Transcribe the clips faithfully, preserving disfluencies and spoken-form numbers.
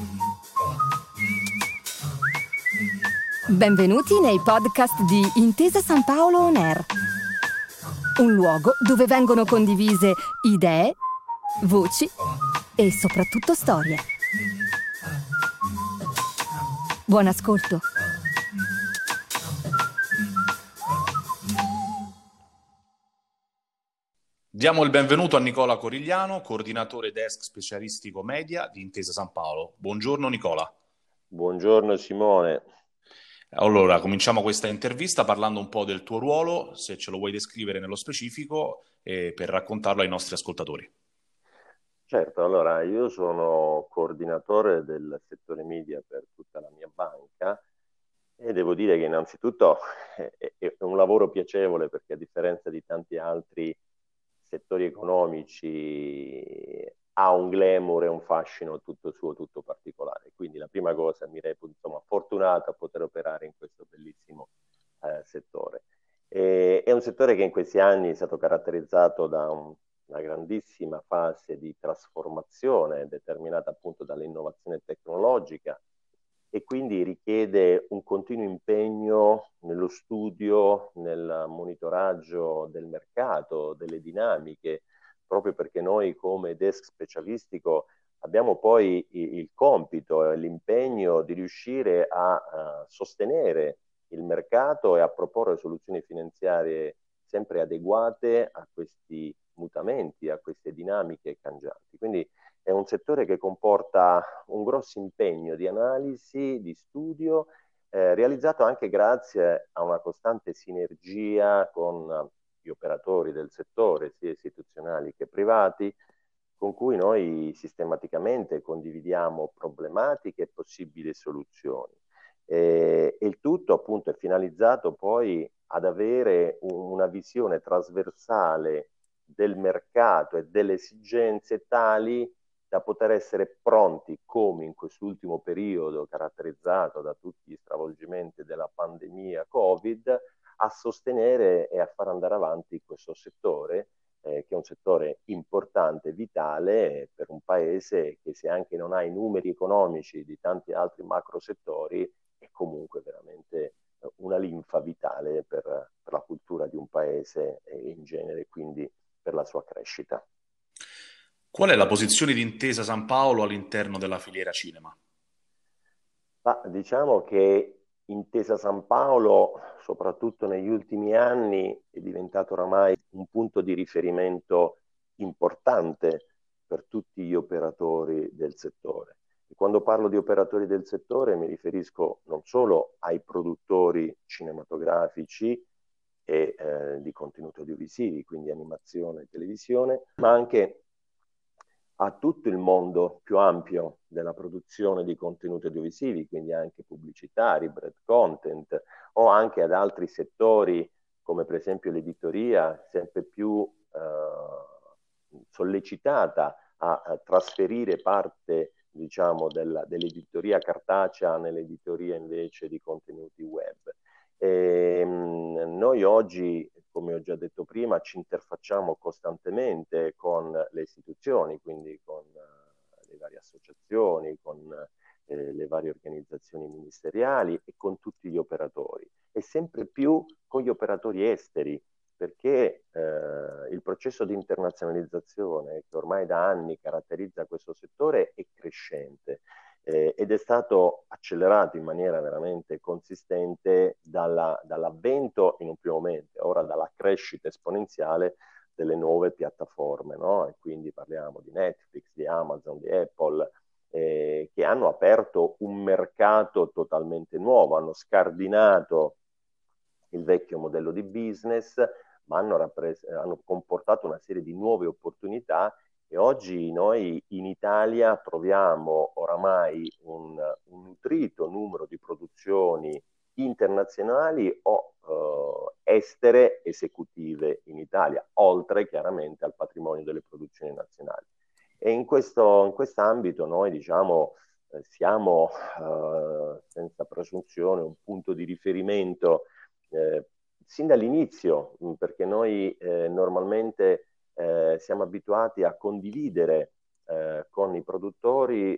Benvenuti nei podcast di Intesa San Paolo On Air, un luogo dove vengono condivise idee, voci e soprattutto storie. Buon ascolto. Diamo il benvenuto a Nicola Corigliano, coordinatore desk specialistico media di Intesa San Paolo. Buongiorno Nicola. Buongiorno Simone. Allora, cominciamo questa intervista parlando un po' del tuo ruolo, se ce lo vuoi descrivere nello specifico, e per raccontarlo ai nostri ascoltatori. Certo, allora io sono coordinatore del settore media per tutta la mia banca e devo dire che innanzitutto è, è un lavoro piacevole perché a differenza di tanti altri settori economici ha un glamour e un fascino tutto suo, tutto particolare. Quindi la prima cosa, mi reputo insomma fortunato a poter operare in questo bellissimo eh, settore. E, è un settore che in questi anni è stato caratterizzato da un, una grandissima fase di trasformazione determinata appunto dall'innovazione tecnologica e quindi richiede un continuo impegno nello studio, nel monitoraggio del mercato, delle dinamiche, proprio perché noi come desk specialistico abbiamo poi il compito e l'impegno di riuscire a, a sostenere il mercato e a proporre soluzioni finanziarie sempre adeguate a questi mutamenti, a queste dinamiche cangianti. Quindi è un settore che comporta un grosso impegno di analisi, di studio, eh, realizzato anche grazie a una costante sinergia con gli operatori del settore, sia istituzionali che privati, con cui noi sistematicamente condividiamo problematiche e possibili soluzioni. E, e il tutto appunto è finalizzato poi ad avere una visione trasversale del mercato e delle esigenze tali da poter essere pronti, come in quest'ultimo periodo caratterizzato da tutti gli stravolgimenti della pandemia Covid, a sostenere e a far andare avanti questo settore, eh, che è un settore importante, vitale per un paese che, se anche non ha i numeri economici di tanti altri macro settori, è comunque veramente una linfa vitale per, per la cultura di un paese e in genere quindi per la sua crescita. Qual è la posizione di Intesa San Paolo all'interno della filiera cinema? Ma diciamo che Intesa San Paolo, soprattutto negli ultimi anni, è diventato oramai un punto di riferimento importante per tutti gli operatori del settore. E quando parlo di operatori del settore mi riferisco non solo ai produttori cinematografici e eh, di contenuti audiovisivi, quindi animazione e televisione, ma anche a tutto il mondo più ampio della produzione di contenuti audiovisivi, quindi anche pubblicitari, brand content, o anche ad altri settori come per esempio l'editoria, sempre più eh, sollecitata a, a trasferire parte, diciamo, della, dell'editoria cartacea nell'editoria invece di contenuti web. E, mh, noi oggi, come ho già detto prima, ci interfacciamo costantemente con le istituzioni, quindi con uh, le varie associazioni, con uh, le varie organizzazioni ministeriali e con tutti gli operatori, e sempre più con gli operatori esteri, perché uh, il processo di internazionalizzazione che ormai da anni caratterizza questo settore è crescente. Eh, ed è stato accelerato in maniera veramente consistente dalla, dall'avvento in un primo momento, ora dalla crescita esponenziale delle nuove piattaforme, no? E quindi parliamo di Netflix, di Amazon, di Apple, eh, che hanno aperto un mercato totalmente nuovo, hanno scardinato il vecchio modello di business, ma hanno, rappres- hanno comportato una serie di nuove opportunità. E oggi noi in Italia troviamo oramai un, un nutrito numero di produzioni internazionali o eh, estere esecutive in Italia, oltre chiaramente al patrimonio delle produzioni nazionali. E in questo in quest'ambito noi diciamo eh, siamo eh, senza presunzione un punto di riferimento eh, sin dall'inizio, perché noi eh, normalmente Eh, siamo abituati a condividere eh, con i produttori eh,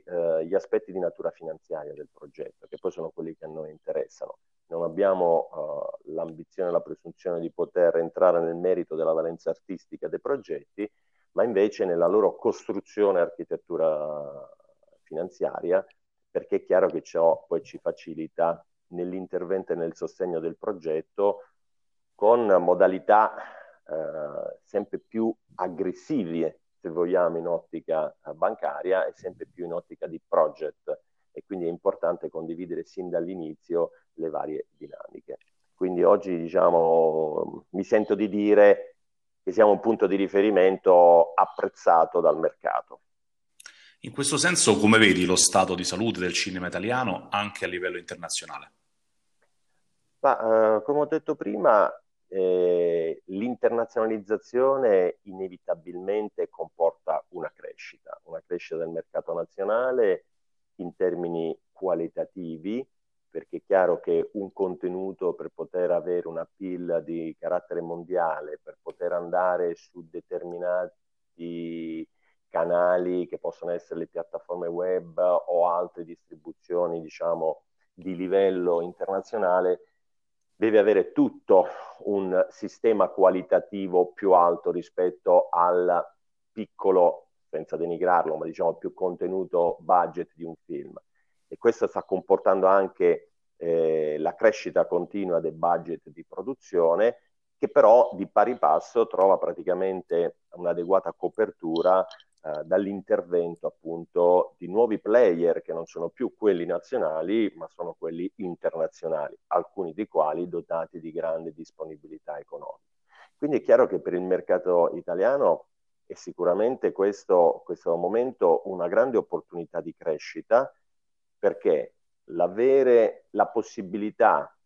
gli aspetti di natura finanziaria del progetto, che poi sono quelli che a noi interessano. Non abbiamo uh, l'ambizione e la presunzione di poter entrare nel merito della valenza artistica dei progetti, ma invece nella loro costruzione e architettura finanziaria, perché è chiaro che ciò poi ci facilita nell'intervento e nel sostegno del progetto con modalità eh, sempre più aggressive, se vogliamo, in ottica bancaria e sempre più in ottica di project, e quindi è importante condividere sin dall'inizio le varie dinamiche. Quindi oggi, diciamo, mi sento di dire che siamo un punto di riferimento apprezzato dal mercato. In questo senso, come vedi lo stato di salute del cinema italiano anche a livello internazionale? Ma, eh, come ho detto prima, eh, l'internazionalizzazione inevitabilmente comporta una crescita, una crescita del mercato nazionale in termini qualitativi, perché è chiaro che un contenuto, per poter avere un appeal di carattere mondiale, per poter andare su determinati canali che possono essere le piattaforme web o altre distribuzioni, diciamo, di livello internazionale, deve avere tutto un sistema qualitativo più alto rispetto al piccolo, senza denigrarlo, ma diciamo più contenuto budget di un film. E questo sta comportando anche eh, la crescita continua del budget di produzione, che però di pari passo trova praticamente un'adeguata copertura eh, dall'intervento appunto di nuovi player che non sono più quelli nazionali, ma sono quelli internazionali, alcuni dei quali dotati di grande disponibilità economica. Quindi è chiaro che per il mercato italiano è sicuramente questo, questo momento una grande opportunità di crescita, perché l'avere la possibilità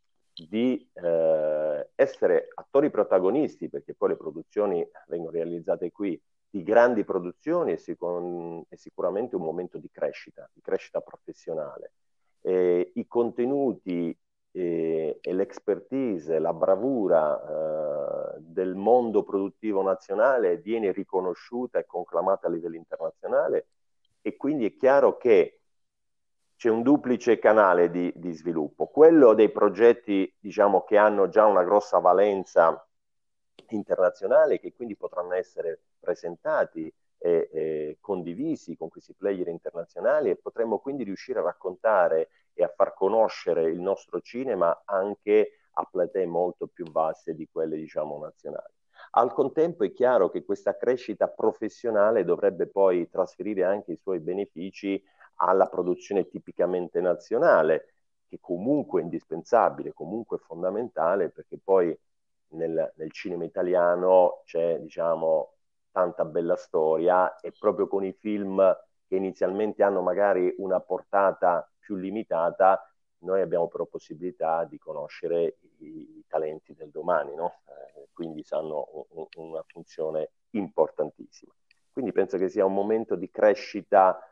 di eh, essere attori protagonisti, perché poi le produzioni vengono realizzate qui, di grandi produzioni, è, sicur- è sicuramente un momento di crescita, di crescita professionale. E i contenuti e, e l'expertise, la bravura eh, del mondo produttivo nazionale viene riconosciuta e conclamata a livello internazionale, e quindi è chiaro che c'è un duplice canale di, di sviluppo, quello dei progetti, diciamo, che hanno già una grossa valenza internazionale, che quindi potranno essere presentati e, e condivisi con questi player internazionali, e potremmo quindi riuscire a raccontare e a far conoscere il nostro cinema anche a platee molto più vaste di quelle, diciamo, nazionali. Al contempo è chiaro che questa crescita professionale dovrebbe poi trasferire anche i suoi benefici alla produzione tipicamente nazionale, che comunque è indispensabile, comunque è fondamentale, perché poi nel, nel cinema italiano c'è, diciamo, tanta bella storia, e proprio con i film che inizialmente hanno magari una portata più limitata, noi abbiamo però possibilità di conoscere i, i talenti del domani, no? Eh, quindi hanno un, una funzione importantissima. Quindi penso che sia un momento di crescita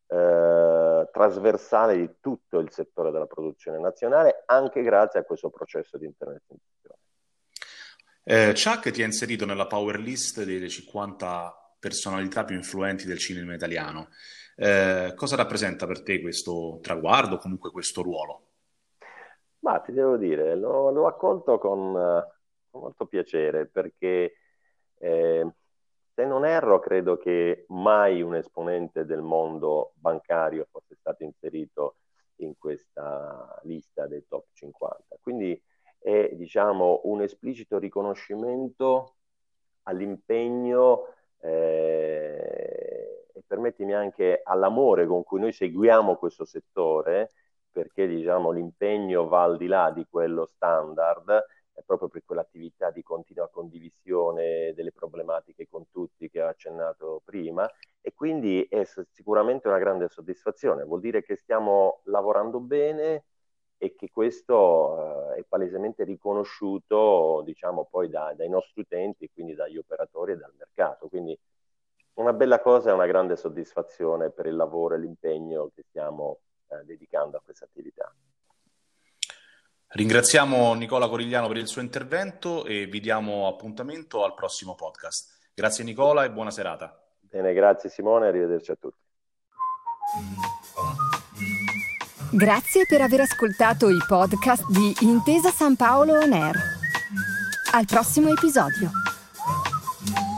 eh, trasversale di tutto il settore della produzione nazionale, anche grazie a questo processo di internazionalizzazione. Eh, Chuck ti ha inserito nella power list delle cinquanta personalità più influenti del cinema italiano. Eh, cosa rappresenta per te questo traguardo, comunque questo ruolo? Ma ti devo dire, lo, lo accolto con, con molto piacere, perché eh, se non erro, credo che mai un esponente del mondo bancario fosse stato inserito in questa lista dei top cinquanta. Quindi è, diciamo, un esplicito riconoscimento all'impegno eh, e, permettimi, anche all'amore con cui noi seguiamo questo settore, perché, diciamo, l'impegno va al di là di quello standard, è proprio per quell'attività di continua condivisione delle problematiche con tutti che ho accennato prima, e quindi è sicuramente una grande soddisfazione. Vuol dire che stiamo lavorando bene e che questo eh, è palesemente riconosciuto, diciamo, poi da, dai nostri utenti, quindi dagli operatori e dal mercato. Quindi una bella cosa e una grande soddisfazione per il lavoro e l'impegno che stiamo eh, dedicando a questa attività. Ringraziamo Nicola Corigliano per il suo intervento e vi diamo appuntamento al prossimo podcast. Grazie Nicola e buona serata. Bene, grazie Simone, arrivederci a tutti. Grazie per aver ascoltato i podcast di Intesa San Paolo On Air. Al prossimo episodio.